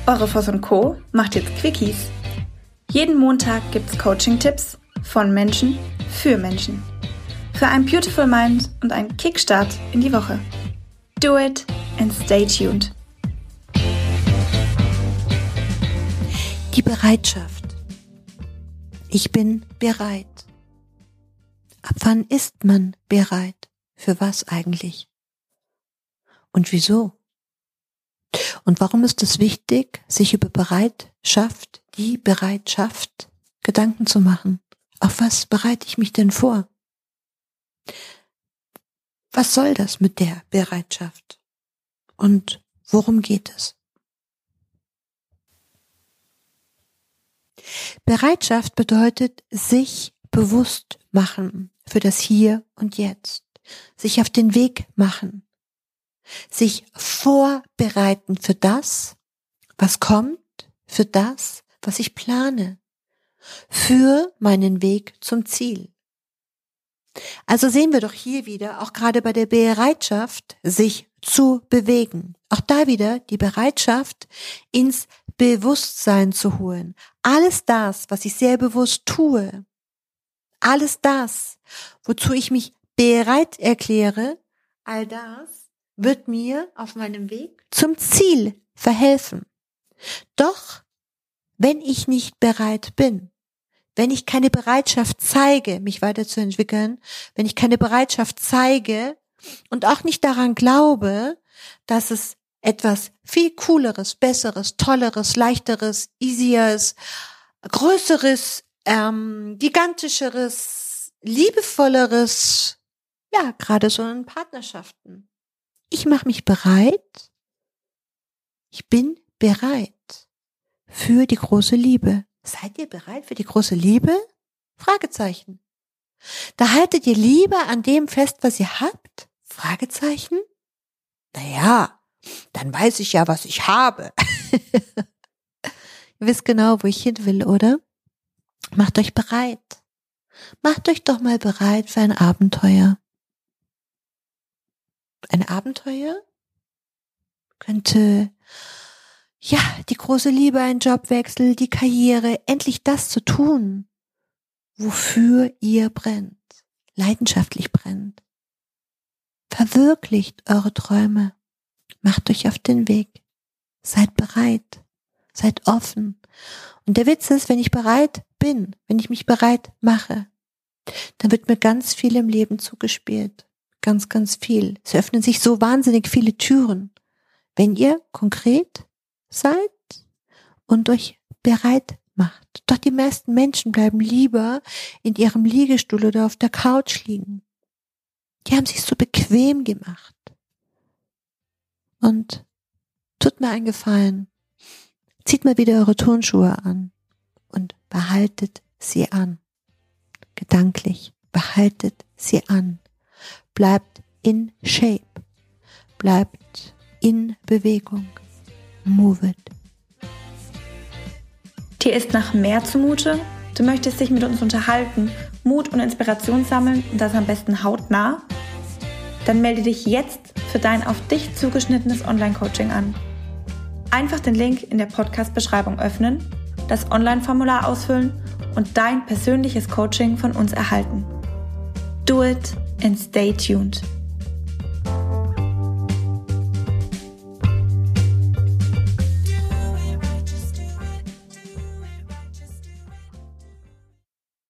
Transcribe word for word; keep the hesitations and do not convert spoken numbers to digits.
Eure Voss und Co. macht jetzt Quickies. Jeden Montag gibt's Coaching-Tipps von Menschen für Menschen. Für ein Beautiful Mind und einen Kickstart in die Woche. Do it and stay tuned. Die Bereitschaft. Ich bin bereit. Ab wann ist man bereit? Für was eigentlich? Und wieso? Und warum ist es wichtig, sich über Bereitschaft, die Bereitschaft, Gedanken zu machen? Auf was bereite ich mich denn vor? Was soll das mit der Bereitschaft? Und worum geht es? Bereitschaft bedeutet, sich bewusst machen für das Hier und Jetzt, sich auf den Weg machen, sich vorbereiten für das, was kommt, für das, was ich plane, für meinen Weg zum Ziel. Also sehen wir doch hier wieder, auch gerade bei der Bereitschaft, sich zu bewegen. Auch da wieder die Bereitschaft, ins Bewusstsein zu holen. Alles das, was ich sehr bewusst tue, alles das, wozu ich mich bereit erkläre, all das wird mir auf meinem Weg zum Ziel verhelfen. Doch wenn ich nicht bereit bin, wenn ich keine Bereitschaft zeige, mich weiterzuentwickeln, wenn ich keine Bereitschaft zeige und auch nicht daran glaube, dass es etwas viel Cooleres, Besseres, Tolleres, Leichteres, Easieres, Größeres, ähm, Gigantischeres, Liebevolleres, ja, gerade so in Partnerschaften. Ich mache mich bereit, ich bin bereit für die große Liebe. Seid ihr bereit für die große Liebe? Fragezeichen. Da haltet ihr lieber an dem fest, was ihr habt? Fragezeichen. Naja, dann weiß ich ja, was ich habe. Ihr wisst genau, wo ich hin will, oder? Macht euch bereit. Macht euch doch mal bereit für ein Abenteuer. Ein Abenteuer könnte, ja, die große Liebe, ein Jobwechsel, die Karriere, endlich das zu tun, wofür ihr brennt, leidenschaftlich brennt. Verwirklicht eure Träume, macht euch auf den Weg, seid bereit, seid offen. Und der Witz ist, wenn ich bereit bin, wenn ich mich bereit mache, dann wird mir ganz viel im Leben zugespielt. Ganz, ganz viel. Es öffnen sich so wahnsinnig viele Türen, wenn ihr konkret seid und euch bereit macht. Doch die meisten Menschen bleiben lieber in ihrem Liegestuhl oder auf der Couch liegen. Die haben sich so bequem gemacht. Und tut mir einen Gefallen. Zieht mal wieder eure Turnschuhe an und behaltet sie an. Gedanklich behaltet sie an. Bleibt in Shape. Bleibt in Bewegung. Move it. Dir ist nach mehr zumute? Du möchtest dich mit uns unterhalten, Mut und Inspiration sammeln und das am besten hautnah? Dann melde dich jetzt für dein auf dich zugeschnittenes Online-Coaching an. Einfach den Link in der Podcast-Beschreibung öffnen, das Online-Formular ausfüllen und dein persönliches Coaching von uns erhalten. Do it and stay tuned.